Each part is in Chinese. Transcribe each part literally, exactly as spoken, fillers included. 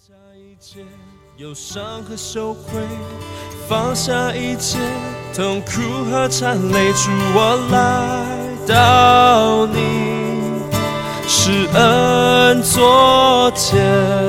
下一切忧伤和羞愧，放下一切痛苦和惨泪，主我来到你施恩座前，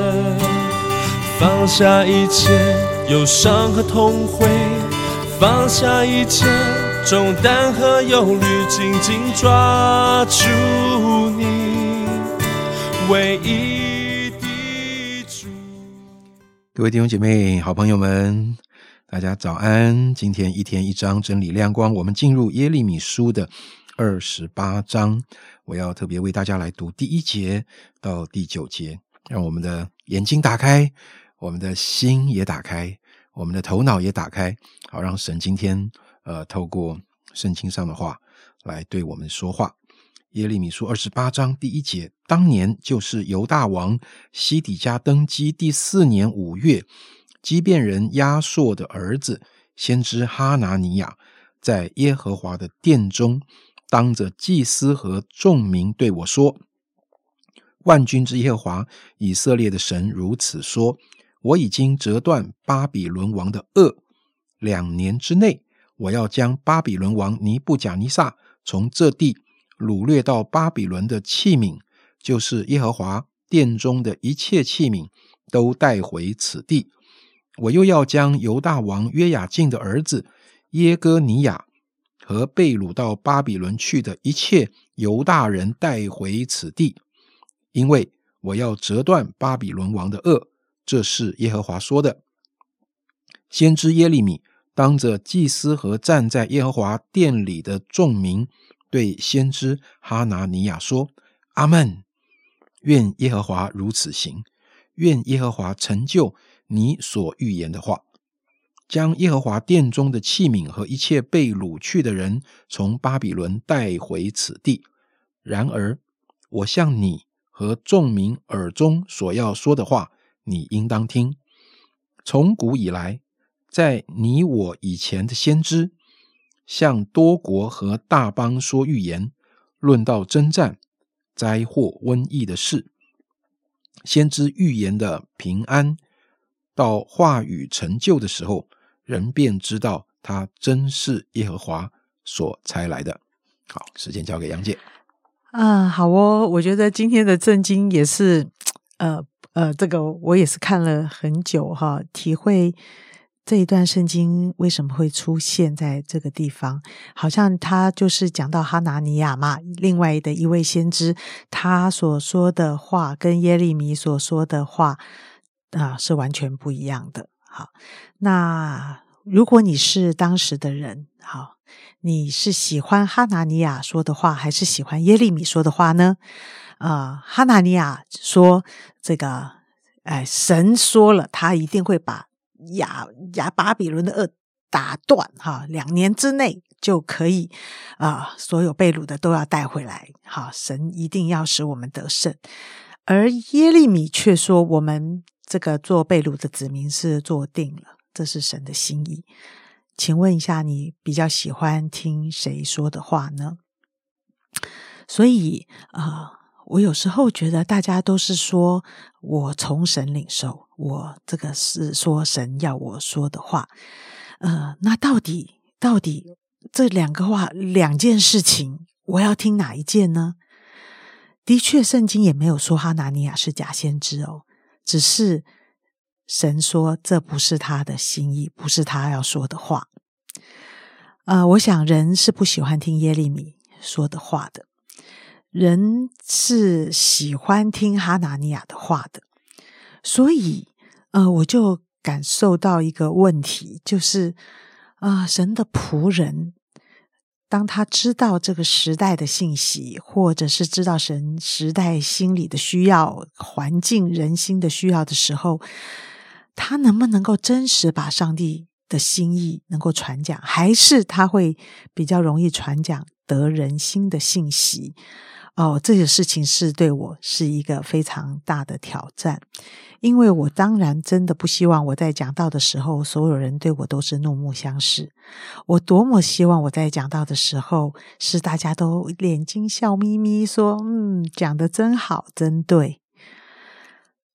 放下一切忧伤和痛悔，放下一切重担和忧虑，紧紧抓住你唯一的主。 各位弟兄姐妹好朋友们，大家早安。今天一天一章真理亮光，我们进入耶利米书的二十八章，我要特别为大家来读第一节到第九节，让我们的眼睛打开，我们的心也打开，我们的头脑也打开，好让神今天呃透过圣经上的话来对我们说话。耶利米书二十八章第一节，当年就是犹大王西底家登基第四年五月，基遍人亚硕的儿子先知哈拿尼亚在耶和华的殿中当着祭司和众民对我说，万军之耶和华以色列的神如此说，我已经折断巴比伦王的轭，两年之内我要将巴比伦王尼布甲尼撒从这地掳掠到巴比伦的器皿，就是耶和华殿中的一切器皿，都带回此地。我又要将犹大王约雅敬的儿子耶哥尼亚和被掳到巴比伦去的一切犹大人带回此地，因为我要折断巴比伦王的轭，这是耶和华说的。先知耶利米当着祭司和站在耶和华殿里的众民对先知哈拿尼亚说，阿们，愿耶和华如此行，愿耶和华成就你所预言的话，将耶和华殿中的器皿和一切被掳去的人从巴比伦带回此地。然而我向你和众民耳中所要说的话，你应当听。从古以来，在你我以前的先知向多国和大邦说预言，论到征战、灾祸、瘟疫的事。先知预言的平安，到话语成就的时候，人便知道他真是耶和华所差来的。好，时间交给杨姐。 啊，好哦，我觉得今天的圣经也是，呃呃，这个我也是看了很久哈，体会这一段圣经为什么会出现在这个地方，好像他就是讲到哈拿尼亚嘛，另外的一位先知，他所说的话跟耶利米所说的话啊、呃、是完全不一样的。好，那如果你是当时的人，好，你是喜欢哈拿尼亚说的话，还是喜欢耶利米说的话呢？呃，哈拿尼亚说这个，哎，神说了，他一定会把亚亚巴比伦的轭打断，哈，两年之内就可以啊、呃，所有被掳的都要带回来，好，神一定要使我们得胜。而耶利米却说，我们这个做被掳的子民是做定了，这是神的心意。请问一下，你比较喜欢听谁说的话呢？所以啊、呃，我有时候觉得大家都是说我从神领受，我这个是说神要我说的话。呃，那到底到底这两个话两件事情，我要听哪一件呢？的确，圣经也没有说哈拿尼亚是假先知哦，只是神说这不是他的心意，不是他要说的话。呃，我想人是不喜欢听耶利米说的话的，人是喜欢听哈拿尼亚的话的。所以呃，我就感受到一个问题，就是啊、呃，神的仆人当他知道这个时代的信息，或者是知道神时代心理的需要、环境人心的需要的时候，他能不能够真实把上帝的心意能够传讲，还是他会比较容易传讲得人心的信息？哦，这个事情是对我是一个非常大的挑战，因为我当然真的不希望我在讲道的时候所有人对我都是怒目相视，我多么希望我在讲道的时候是大家都眼睛笑眯眯说嗯，讲得真好真对。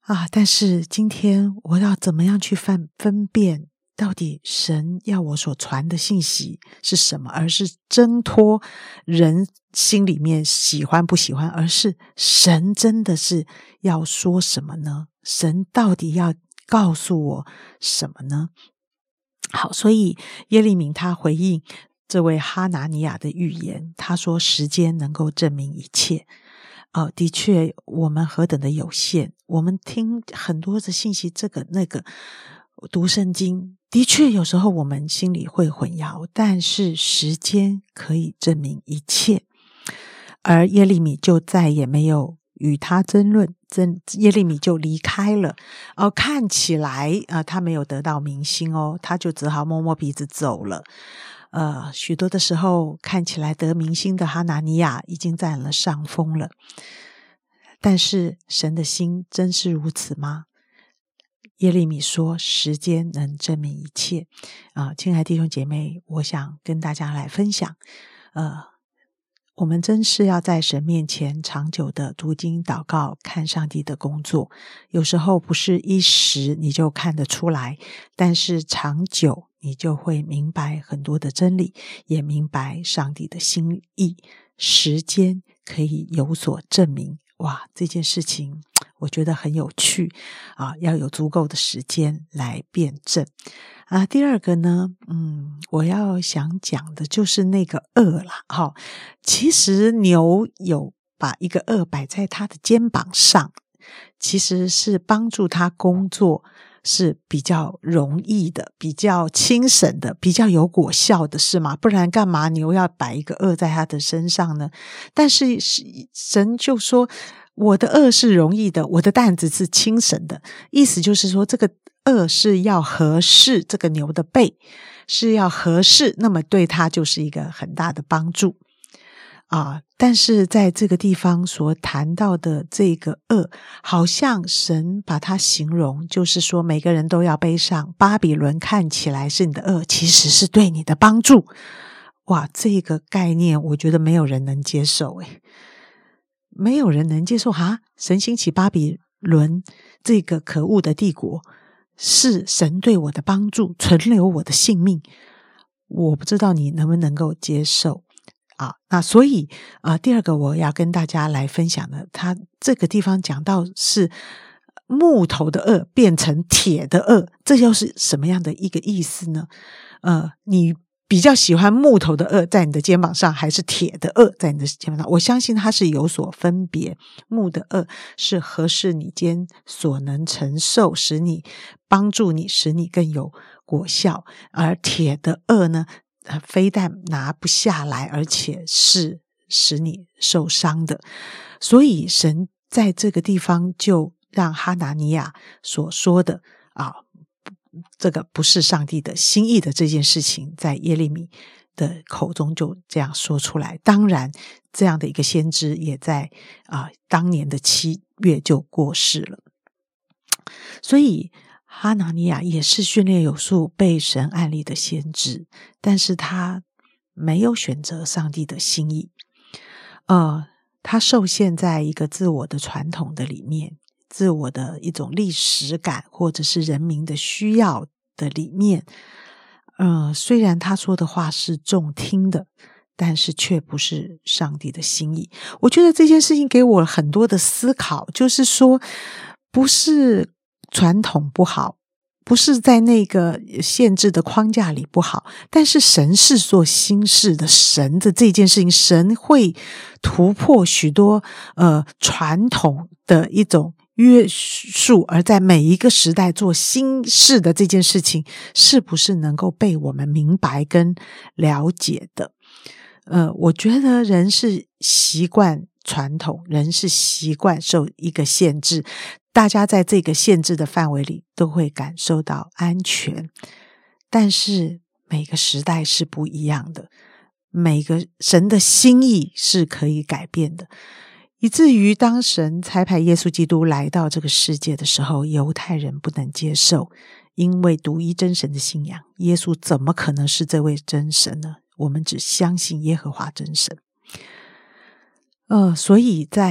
啊，但是今天我要怎么样去分分辨到底神要我所传的信息是什么，而是挣脱人心里面喜欢不喜欢，而是神真的是要说什么呢？神到底要告诉我什么呢？好，所以耶利米他回应这位哈拿尼亚的预言，他说时间能够证明一切。哦，的确我们何等的有限，我们听很多的信息，这个那个读圣经，的确有时候我们心里会混淆，但是时间可以证明一切。而耶利米就再也没有与他争论，耶利米就离开了。哦，看起来啊、呃，他没有得到民心哦，他就只好摸摸鼻子走了。呃，许多的时候看起来得民心的哈拿尼亚已经占了上风了，但是神的心真是如此吗？耶利米说时间能证明一切啊、呃，亲爱的弟兄姐妹，我想跟大家来分享呃，我们真是要在神面前长久的读经祷告，看上帝的工作。有时候不是一时你就看得出来，但是长久你就会明白很多的真理，也明白上帝的心意。时间可以有所证明。哇，这件事情我觉得很有趣啊，要有足够的时间来辩证啊。第二个呢，嗯，我要想讲的就是那个轭啦。哈、哦，其实牛有把一个轭摆在他的肩膀上，其实是帮助他工作是比较容易的，比较轻省的，比较有果效的，是吗？不然干嘛牛要摆一个轭在他的身上呢？但是神就说我的轭是容易的，我的担子是轻省的，意思就是说这个轭是要合适这个牛的背，是要合适，那么对他就是一个很大的帮助啊，但是在这个地方所谈到的这个轭，好像神把它形容，就是说每个人都要背上巴比伦，看起来是你的轭，其实是对你的帮助。哇，这个概念我觉得没有人能接受诶，没有人能接受哈！神兴起巴比伦这个可恶的帝国，是神对我的帮助，存留我的性命。我不知道你能不能够接受。啊，那所以呃，第二个我要跟大家来分享的，他这个地方讲到是木头的轭变成铁的轭，这又是什么样的一个意思呢？呃，你比较喜欢木头的轭在你的肩膀上，还是铁的轭在你的肩膀上？我相信它是有所分别。木的轭是合适你肩所能承受，使你帮助你，使你更有果效；而铁的轭呢，非但拿不下来，而且是使你受伤的。所以神在这个地方就让哈拿尼亚所说的啊，这个不是上帝的心意的这件事情，在耶利米的口中就这样说出来。当然这样的一个先知也在啊当年的七月就过世了。所以哈拿尼亚也是训练有素，被神按立的先知，但是他没有选择上帝的心意，呃，他受限在一个自我的传统的里面，自我的一种历史感，或者是人民的需要的里面。呃，虽然他说的话是中听的，但是却不是上帝的心意。我觉得这件事情给我很多的思考，就是说不是传统不好，不是在那个限制的框架里不好，但是神是做新事的，神的这件事情，神会突破许多呃传统的一种约束，而在每一个时代做新事的这件事情，是不是能够被我们明白跟了解的？呃，我觉得人是习惯传统，人是习惯受一个限制，大家在这个限制的范围里都会感受到安全，但是每个时代是不一样的，每个神的心意是可以改变的，以至于当神差派耶稣基督来到这个世界的时候，犹太人不能接受，因为独一真神的信仰，耶稣怎么可能是这位真神呢？我们只相信耶和华真神。呃，所以在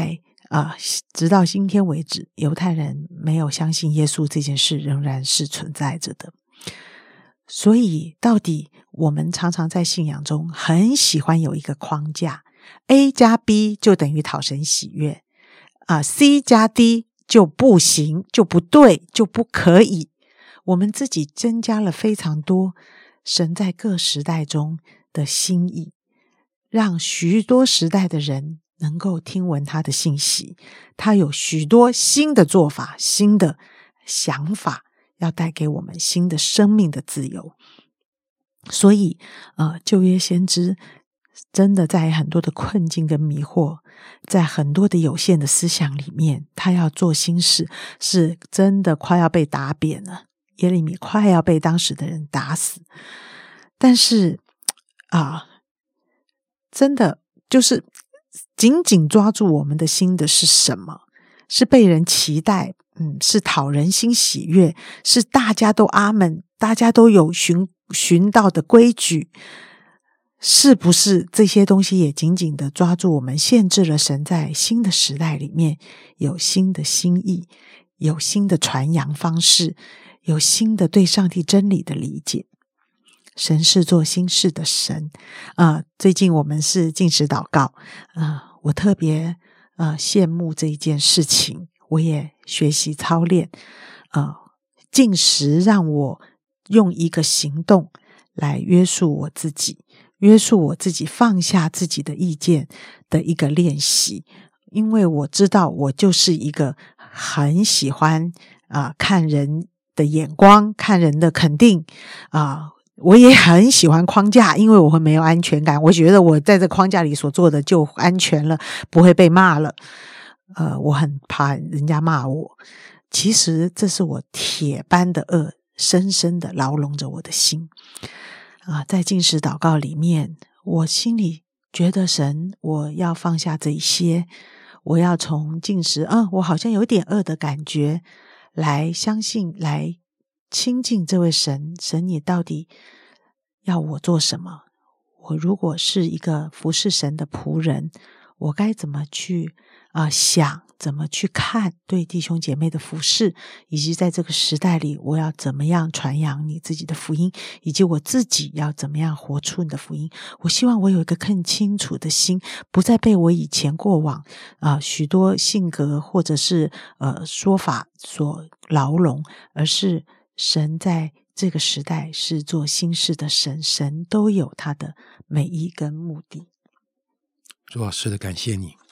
啊、呃，直到今天为止，犹太人没有相信耶稣这件事仍然是存在着的。所以到底我们常常在信仰中很喜欢有一个框架， A 加 B 就等于讨神喜悦啊 ，C 加 D 就不行，就不对，就不可以。我们自己增加了非常多神在各时代中的心意，让许多时代的人能够听闻他的信息，他有许多新的做法，新的想法，要带给我们新的生命的自由。所以呃，旧约先知真的在很多的困境跟迷惑，在很多的有限的思想里面，他要做新事，是真的快要被打扁了，耶利米快要被当时的人打死。但是啊，真的就是紧紧抓住我们的心的是什么？是被人期待，嗯，是讨人心喜悦，是大家都阿们，大家都有循循道的规矩，是不是这些东西也紧紧的抓住我们，限制了神在新的时代里面有新的心意，有新的传扬方式，有新的对上帝真理的理解？神是做新事的神啊、呃！最近我们是禁食祷告啊、呃，我特别呃羡慕这一件事情，我也学习操练啊、呃，禁食让我用一个行动来约束我自己，约束我自己，放下自己的意见的一个练习。因为我知道我就是一个很喜欢啊、呃、看人的眼光，看人的肯定啊。呃我也很喜欢框架，因为我会没有安全感，我觉得我在这框架里所做的就安全了，不会被骂了。呃，我很怕人家骂我。其实这是我铁般的恶，深深的牢笼着我的心。啊、呃，在禁食祷告里面，我心里觉得神，我要放下这一些，我要从禁食，啊、嗯，我好像有点恶的感觉，来相信，来亲近这位神。神，你到底要我做什么？我如果是一个服侍神的仆人，我该怎么去啊、呃、想，怎么去看对弟兄姐妹的服侍，以及在这个时代里，我要怎么样传扬你自己的福音，以及我自己要怎么样活出你的福音。我希望我有一个更清楚的心，不再被我以前过往啊、呃、许多性格或者是呃说法所牢笼，而是神在这个时代是做新事的神，神都有他的美意跟目的。 主啊，是的，感谢你。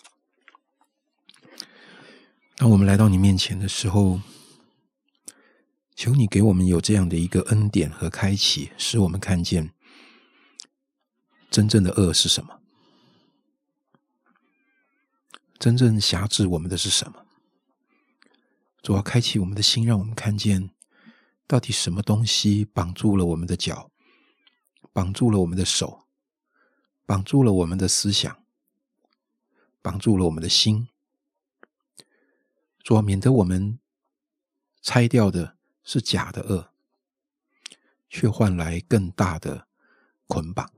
当我们来到你面前的时候，求你给我们有这样的一个恩典和开启，使我们看见真正的恶是什么，真正辖制我们的是什么。主啊，开启我们的心，让我们看见到底什么东西绑住了我们的脚，绑住了我们的手，绑住了我们的思想，绑住了我们的心。主啊，免得我们拆掉的是假的恶，却换来更大的捆绑。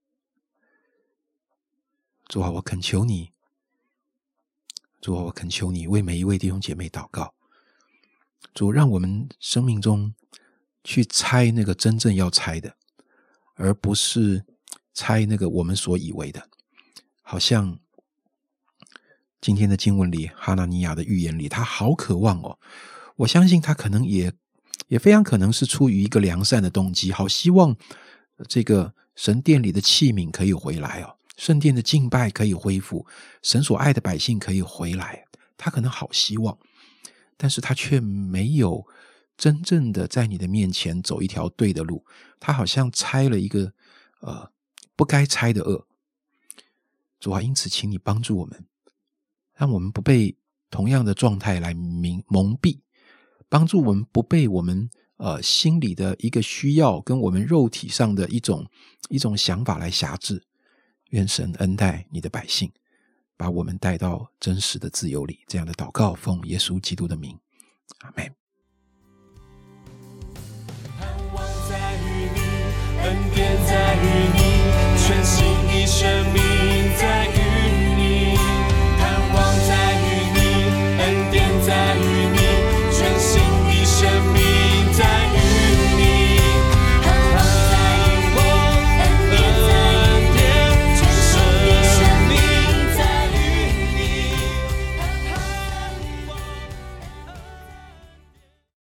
主啊，我恳求你，主啊，我恳求你为每一位弟兄姐妹祷告。主，让我们生命中去拆那个真正要拆的，而不是拆那个我们所以为的。好像今天的经文里，哈拿尼亚的预言里，他好渴望哦，我相信他可能也也非常可能是出于一个良善的动机，好希望这个神殿里的器皿可以回来哦，圣殿的敬拜可以恢复，神所爱的百姓可以回来，他可能好希望，但是他却没有真正的在你的面前走一条对的路，他好像拆了一个呃不该拆的恶。主啊，因此请你帮助我们，让我们不被同样的状态来蒙蔽，帮助我们不被我们呃心里的一个需要跟我们肉体上的一种一种想法来辖制。愿神恩待你的百姓，把我们带到真实的自由里。这样的祷告，奉耶稣基督的名，阿们。 盼望在于你，恩典在于你，全心一生命